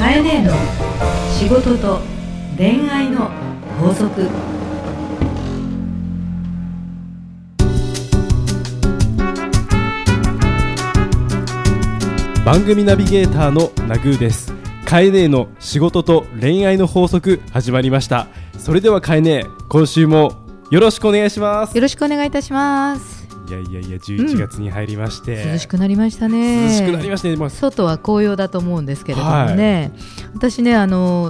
かえねえの仕事と恋愛の法則。 番組ナビゲーターのナグーです。かえねえの仕事と恋愛の法則始まりました。それではかえねえ、今週もよろしくお願いします。 よろしくお願いいたします。 いや11月に入りまして、 涼しくなりましたね。 涼しくなりまして、 外は紅葉だと思うんですけれどもね、私ね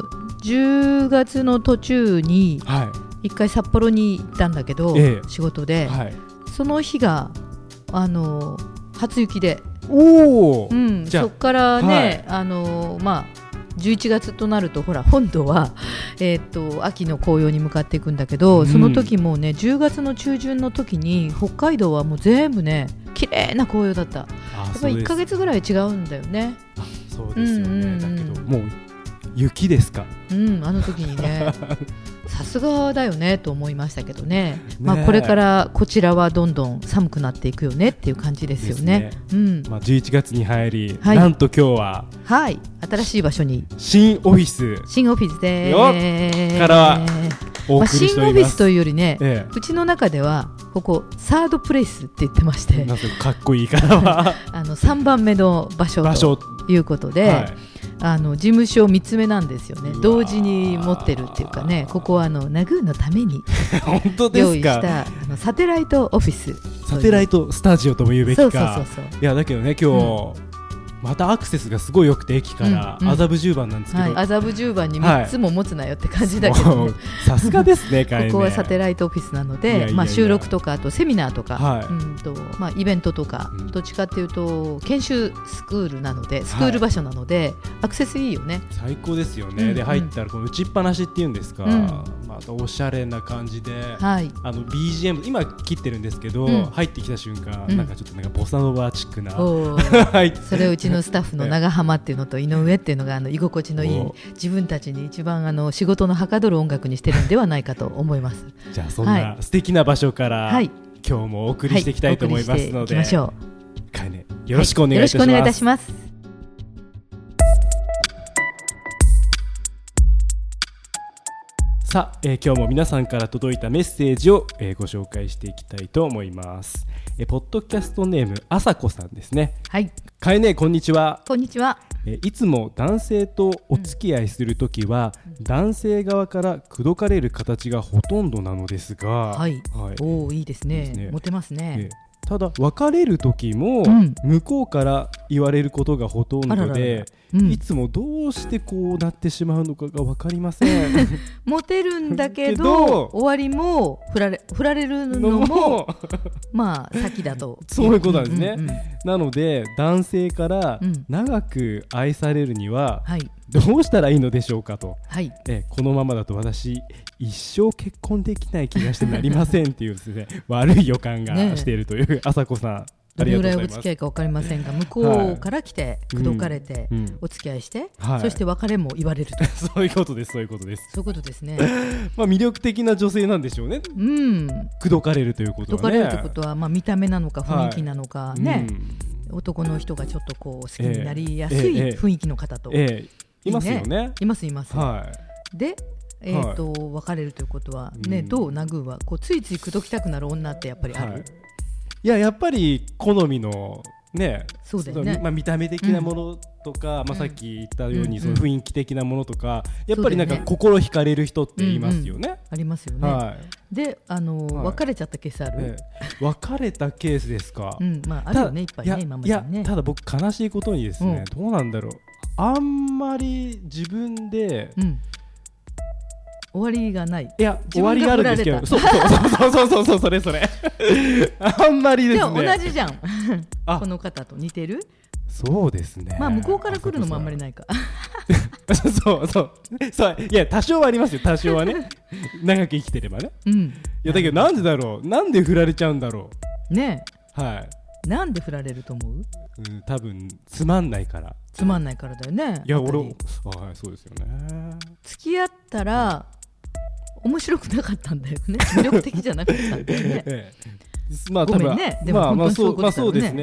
10月の途中に一回札幌に行ったんだけど、仕事で、その日が初雪で、そこからね、11月となるとほら本土は、秋の紅葉に向かっていくんだけど、その時もね10月の中旬の時に北海道はもう全部ね綺麗な紅葉だった。やっぱり1ヶ月ぐらい違うんだよね。 そうですよね、だけどもう雪ですか。 あの時にねさすがだよねと思いましたけどね。これからこちらはどんどん寒くなっていくよねっていう感じですよね。 11月に入り、なんと今日は、 新しい場所に新オフィスでからお送りしております。 新オフィスというよりね、うちの中ではここサードプレイスって言ってまして、 なんかかっこいいからは 3番目の場所ということで、事務所3つ目なんですよね。同時に持ってるっていうかね、ここはナグーのために用意したサテライトオフィス、 サテライトスタジオとも言うべきか。いやだけどね、今日、またアクセスがすごい良くて、駅から麻布十番なんですけど、麻布十番に3つも持つなよって感じだけど、ね、 さすがですね。ここはサテライトオフィスなので、収録とかあとセミナーとか、イベントとか、どっちかっていうと研修スクールなので、スクール場所なので、アクセスいいよね。 最高ですよね。で入ったらこの打ちっぱなしっていうんですか、またおしゃれな感じで、BGM 今切ってるんですけど、入ってきた瞬間、なんかちょっとなんかボサノバチックなそれをうちのスタッフの長浜っていうのと井上っていうのが居心地のいい、自分たちに一番仕事のはかどる音楽にしてるんではないかと思います。 じゃあそんな素敵な場所から、今日もお送りしていきたいと思いますので、よろしくお願いいたします。さあ、今日も皆さんから届いたメッセージを、ご紹介していきたいと思います。ポッドキャストネームあさこさんですね。かえねえ、こんにちは。 こんにちは。 いつも男性とお付き合いするときは、男性側から口説かれる形がほとんどなのですが、いいですね。モテますね。 ただ別れる時も、向こうから言われることがほとんどで、いつもどうしてこうなってしまうのかが分かりません。 モテるんだけど終わりも振られるのも先だとそういうことなんですね。なので男性から長く愛されるにはどうしたらいいのでしょうかと、このままだと私一生結婚できない気がしてなりませんっていうですね、悪い予感がしているというあさこさん、 どれぐらいお付き合いか分かりませんが、向こうから来て口説かれてお付き合いして、そして別れも言われるとそういうことです。そういうことですね。魅力的な女性なんでしょうね。口説かれるということはね。口説かれるということは、見た目なのか雰囲気なのかね、男の人がちょっとこう好きになりやすい雰囲気の方といますよね。 います。で別れるということはね、どうナグーはこうついつい口説きたくなる女ってやっぱりある？ いや、やっぱり好みのね、 そうだよね。 見た目的なものとか、さっき言ったようにその雰囲気的なものとか、やっぱりなんか心惹かれる人って言いますよね。 ありますよね。で別れちゃったケースある？ 別れたケースですか。 あるよね、いっぱいね、今までね。 ただ僕悲しいことにですね、どうなんだろう、あんまり自分で終わりがない。 いや、終わりがあるんですけど、そうそれあんまりですね。 でも同じじゃんこの方と似てる。 そうですね。 向こうから来るのもあんまりないかそういや、多少はありますよ。多少はね長く生きてればね。いやだけど、なんでだろう、なんで振られちゃうんだろうね。なんで振られると思う？多分つまんないからだよね。いや、俺そうですよね。付き合ったら面白くなかったんだよね。魅力的じゃなかったんだよね。多分ね。でも本当にそういうことだよね。 そうですね。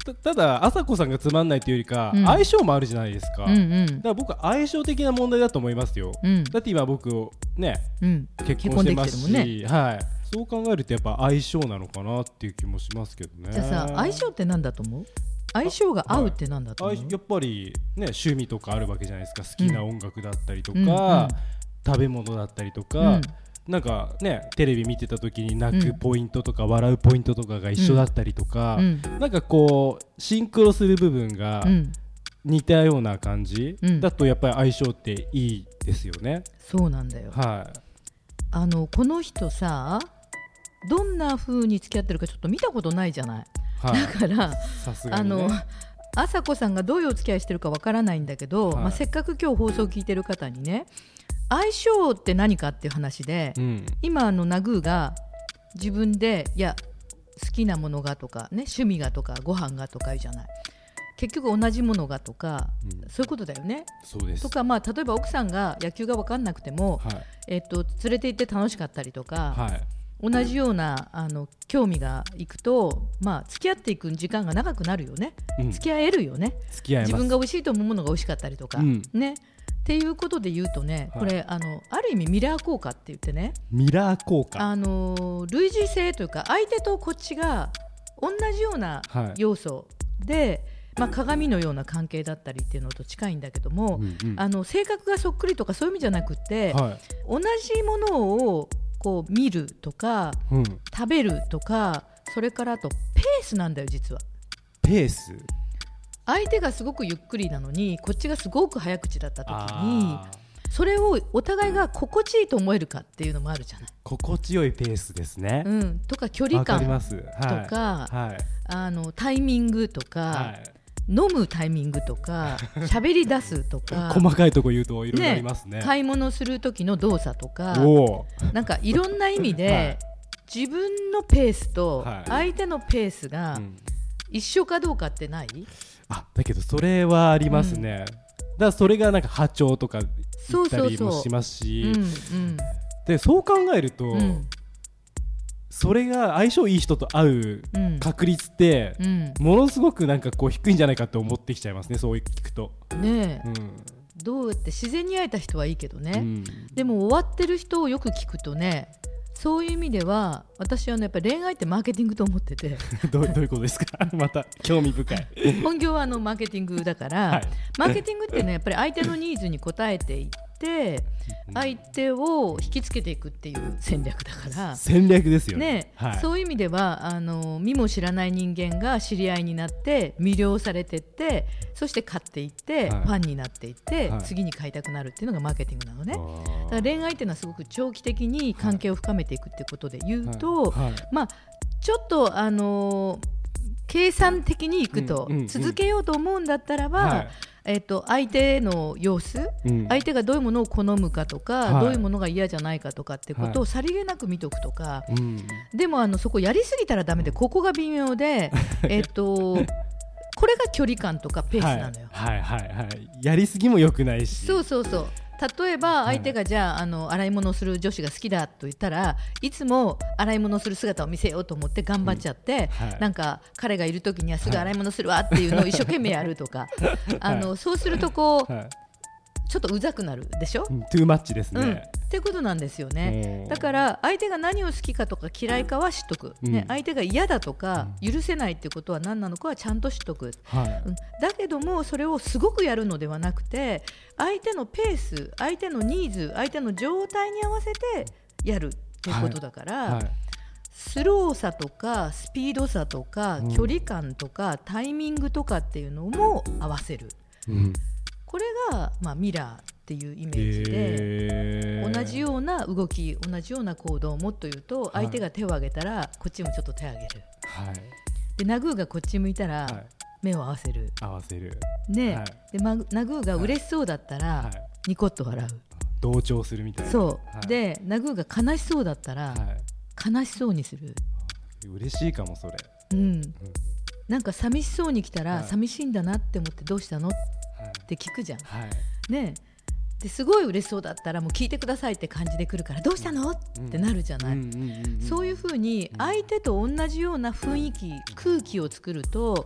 ただ朝子さんがつまんないというよりか、相性もあるじゃないですか、だから僕は相性的な問題だと思いますよ、だって今僕ね、結婚してますし、そう考えるとやっぱ相性なのかなっていう気もしますけどね。 じゃあさ、相性って何だと思う？相性が合うって何だと思う？ やっぱりね、趣味とかあるわけじゃないですか。好きな音楽だったりとか、食べ物だったりとか、なんかね、テレビ見てた時に泣くポイントとか、笑うポイントとかが一緒だったりとか、なんかこうシンクロする部分が似たような感じ、だとやっぱり相性っていいですよね。 そうなんだよ、この人さ、どんな風に付き合ってるかちょっと見たことないじゃない、だからさすがにね、 朝子さんがどういうお付き合いしてるかわからないんだけど、せっかく今日放送を聞いてる方にね、相性って何かっていう話で、今ナグーが自分でいや好きなものがとか、ね、趣味がとかご飯がとか言うじゃない。結局同じものがとか、そういうことだよね。 そうです。 とか、例えば奥さんが野球が分かんなくても、連れて行って楽しかったりとか、同じような興味がいくと、付き合っていく時間が長くなるよね、付き合えるよね。自分が美味しいと思うものが美味しかったりとか、ねっていうことで言うとね、これある意味ミラー効果って言ってね、 ミラー効果、 類似性というか、相手とこっちが同じような要素で、鏡のような関係だったりっていうのと近いんだけども、性格がそっくりとかそういう意味じゃなくて、同じものをこう見るとか、食べるとか、それからあとペースなんだよ実は。 ペース、 相手がすごくゆっくりなのにこっちがすごく早口だった時に、それをお互いが心地いいと思えるかっていうのもあるじゃない。 心地よいペースですね、 とか距離感とか、タイミングとか、飲むタイミングとか、喋り出すとか細かいとこ言うといろいろありますね。 買い物する時の動作とか、なんかいろんな意味で、自分のペースと相手のペースが一緒かどうかってない？ だけどそれはありますね、だからそれがなんか波長とか言ったりもしますし、でそう考えると、それが相性いい人と会う確率って、ものすごくなんかこう低いんじゃないかって思ってきちゃいますね、そう聞くとね。どうやって自然に会えた人はいいけどね、でも終わってる人をよく聞くとね、そういう意味では私は、やっぱり恋愛ってマーケティングと思っててどういうことですかまた興味深い本業はマーケティングだから、マーケティングってね、やっぱり相手のニーズに応えていって相手を引きつけていくっていう戦略だから。 戦略ですよね。 そういう意味では見も知らない人間が知り合いになって魅了されていって、そして買っていって、ファンになっていって、次に買いたくなるっていうのがマーケティングなのね。だから恋愛っていうのはすごく長期的に関係を深めていくっていうことで言うと、ちょっと計算的にいくと、続けようと思うんだったらば、相手の様子、相手がどういうものを好むかとか、どういうものが嫌じゃないかとかってことをさりげなく見とくとか、でもそこやりすぎたらダメで、ここが微妙でこれが距離感とかペースなのよ。 やりすぎも良くないし。 そう例えば相手がじゃあ、洗い物をする女子が好きだと言ったら、いつも洗い物をする姿を見せようと思って頑張っちゃって、なんか彼がいる時にはすぐ洗い物するわっていうのを一生懸命やるとか、そうするとこう、ちょっとうざくなるでしょ。 トゥーマッチですね、 っていうことなんですよね。だから相手が何を好きかとか嫌いかは知っとく、相手が嫌だとか許せないっていうことは何なのかはちゃんと知っとく、だけどもそれをすごくやるのではなくて、相手のペース、相手のニーズ、相手の状態に合わせてやるっていうことだから、スローさとかスピードさとか距離感とかタイミングとかっていうのも合わせる、これが、ミラーっていうイメージで、同じような動き、同じような行動をもっと言うと、相手が手を挙げたらこっちもちょっと手を挙げる、でナグーがこっち向いたら目を合わせる、ね、でナグーが嬉しそうだったらニコッと笑う、 同調するみたいな。 でナグーが悲しそうだったら悲しそうにする。 嬉しいかもそれ。 なんか寂しそうに来たら、寂しいんだなって思ってどうしたのって聞くじゃん、ね。ですごい嬉しそうだったらもう聞いてくださいって感じで来るから、どうしたのってなるじゃない。そういうふうに相手と同じような雰囲気、空気を作ると、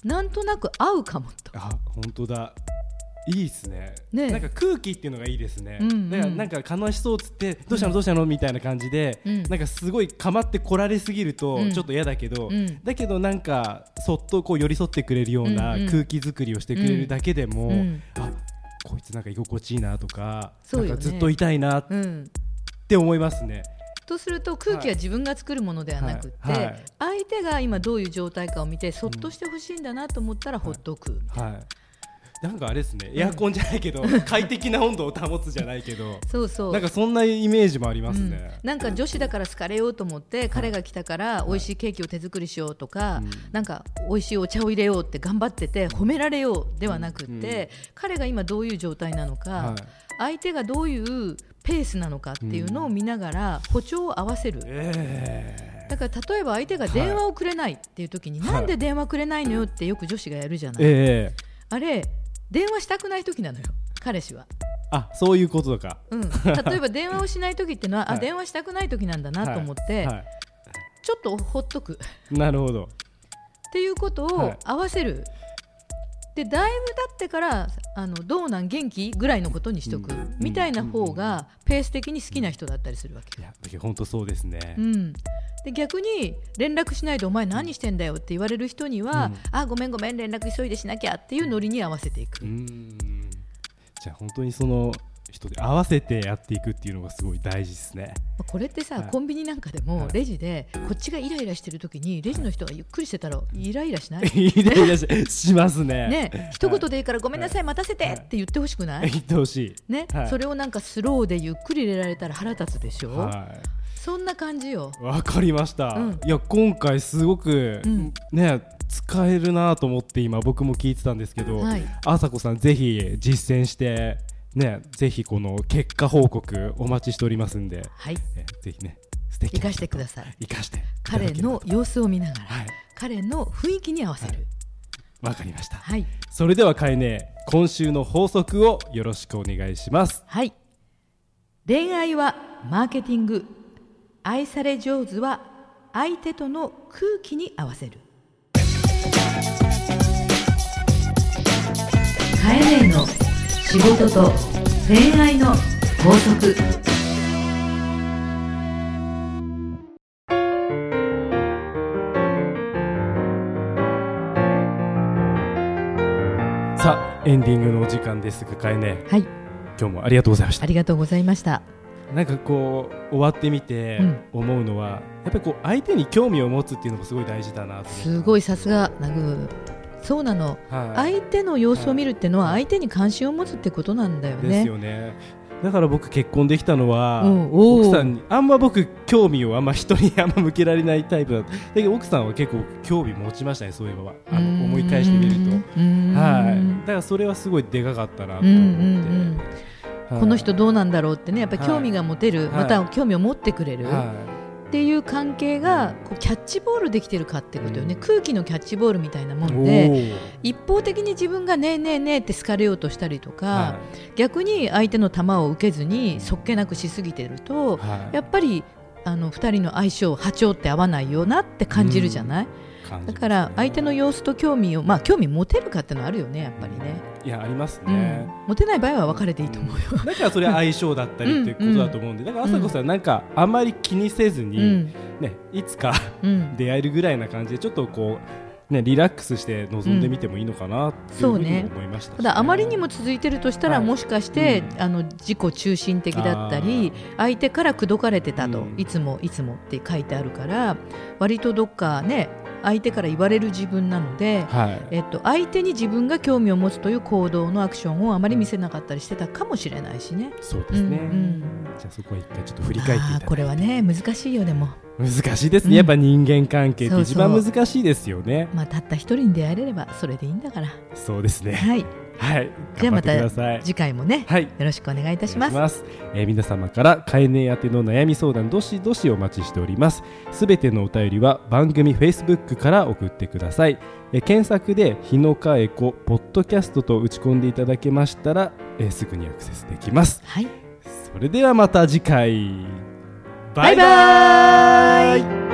なんとなく合うかもと。 本当だ、いいですね。なんか空気っていうのがいいですね。だからなんか楽しそうっつってどうしたのどうしたのみたいな感じで、なんかすごい構ってこられすぎるとちょっと嫌だけど、だけどなんかそっとこう寄り添ってくれるような空気作りをしてくれるだけでも、こいつなんか居心地いいなとか、なんかずっといたいなって思いますね。 とすると空気は自分が作るものではなくて、相手が今どういう状態かを見てそっとしてほしいんだなと思ったらほっとく。 なんかあれですね、エアコンじゃないけど、快適な温度を保つじゃないけどそうなんかそんなイメージもありますね。 なんか女子だから好かれようと思って、彼が来たから美味しいケーキを手作りしようとか、なんか美味しいお茶を入れようって頑張ってて褒められようではなくって、彼が今どういう状態なのか、相手がどういうペースなのかっていうのを見ながら歩調を合わせる。だから例えば相手が電話をくれないっていう時に、なんで電話くれないのよってよく女子がやるじゃない。あれ電話したくない時なのよ、彼氏は。 そういうことか。 例えば電話をしない時ってのは、電話したくない時なんだなと思って、ちょっとほっとく。 なるほど。 っていうことを合わせる。でだいぶ経ってからどうなん元気ぐらいのことにしとく、みたいな方がペース的に好きな人だったりするわけ。 いや本当そうですね。 で逆に連絡しないでお前何してんだよって言われる人には、ごめん連絡急いでしなきゃっていうノリに合わせていく。 じゃあ本当にその人で合わせてやっていくっていうのがすごい大事ですね。 これってさ、コンビニなんかでもレジでこっちがイライラしてる時にレジの人がゆっくりしてたらイライラしない？ イライラしますね。 一言でいいからごめんなさい待たせてって言ってほしくない？ 言ってほしいね。それをなんかスローでゆっくり入れられたら腹立つでしょ。そんな感じよ。 わかりました。いや今回すごくね使えるなと思って今僕も聞いてたんですけど、あさこさんぜひ実践してね、ぜひこの結果報告お待ちしておりますんで、ぜひね素敵生かしてください。 生かして彼の様子を見ながら、彼の雰囲気に合わせる。 わかりました。それではかえね今週の法則をよろしくお願いします。 恋愛はマーケティング、愛され上手は相手との空気に合わせる。かえねの仕事と恋愛の法則。 さあエンディングのお時間ですが、かえね、今日もありがとうございました。 ありがとうございました。 なんかこう終わってみて思うのは、やっぱりこう相手に興味を持つっていうのがすごい大事だなと。 すごいさすがナグ。そうなの、相手の様子を見るっていうのは相手に関心を持つってことなんだよね。 ですよね。だから僕結婚できたのは、奥さんにあんま僕興味を人にあんま向けられないタイプだった。だけど奥さんは結構興味持ちましたね。そういえば思い返してみると、だからそれはすごいでかかったなと思って、 この人どうなんだろうってね、やっぱり興味が持てる、また興味を持ってくれる、っていう関係がこうキャッチボールできてるかってことよね。空気のキャッチボールみたいなもんで、一方的に自分がねえねえねえって好かれようとしたりとか、逆に相手の球を受けずにそっけなくしすぎてると、やっぱり2人の相性波長って合わないよなって感じるじゃない。だから相手の様子と興味を、興味持てるかってのはあるよね、やっぱりね。 いやありますね、 持てない場合は別れていいと思うよ、 だからそれは相性だったりっていうことだと思うんで、だから朝子さんなんかあんまり気にせずに、いつか出会えるぐらいな感じでちょっとこうリラックスして臨んでみてもいいのかなっていうふうに思いました。 ただあまりにも続いてるとしたら、もしかして、自己中心的だったり相手から口説かれてたと、いつもいつもって書いてあるから、割とどっかね相手から言われる自分なので、相手に自分が興味を持つという行動のアクションをあまり見せなかったりしてたかもしれないしね。 そうですね、じゃあそこは一回ちょっと振り返っていただいて。 これはね難しいよ。でも難しいですね、やっぱ人間関係って一番難しいですよね。 たった一人に出会えれればそれでいいんだから。 そうですね。 じゃあまた次回もね、よろしくお願いいたします。 皆様からかえね宛ての悩み相談どしどしお待ちしております。すべてのお便りは番組 Facebook から送ってください。検索で日野かえこポッドキャストと打ち込んでいただけましたら、すぐにアクセスできます。それではまた次回、バイバイ。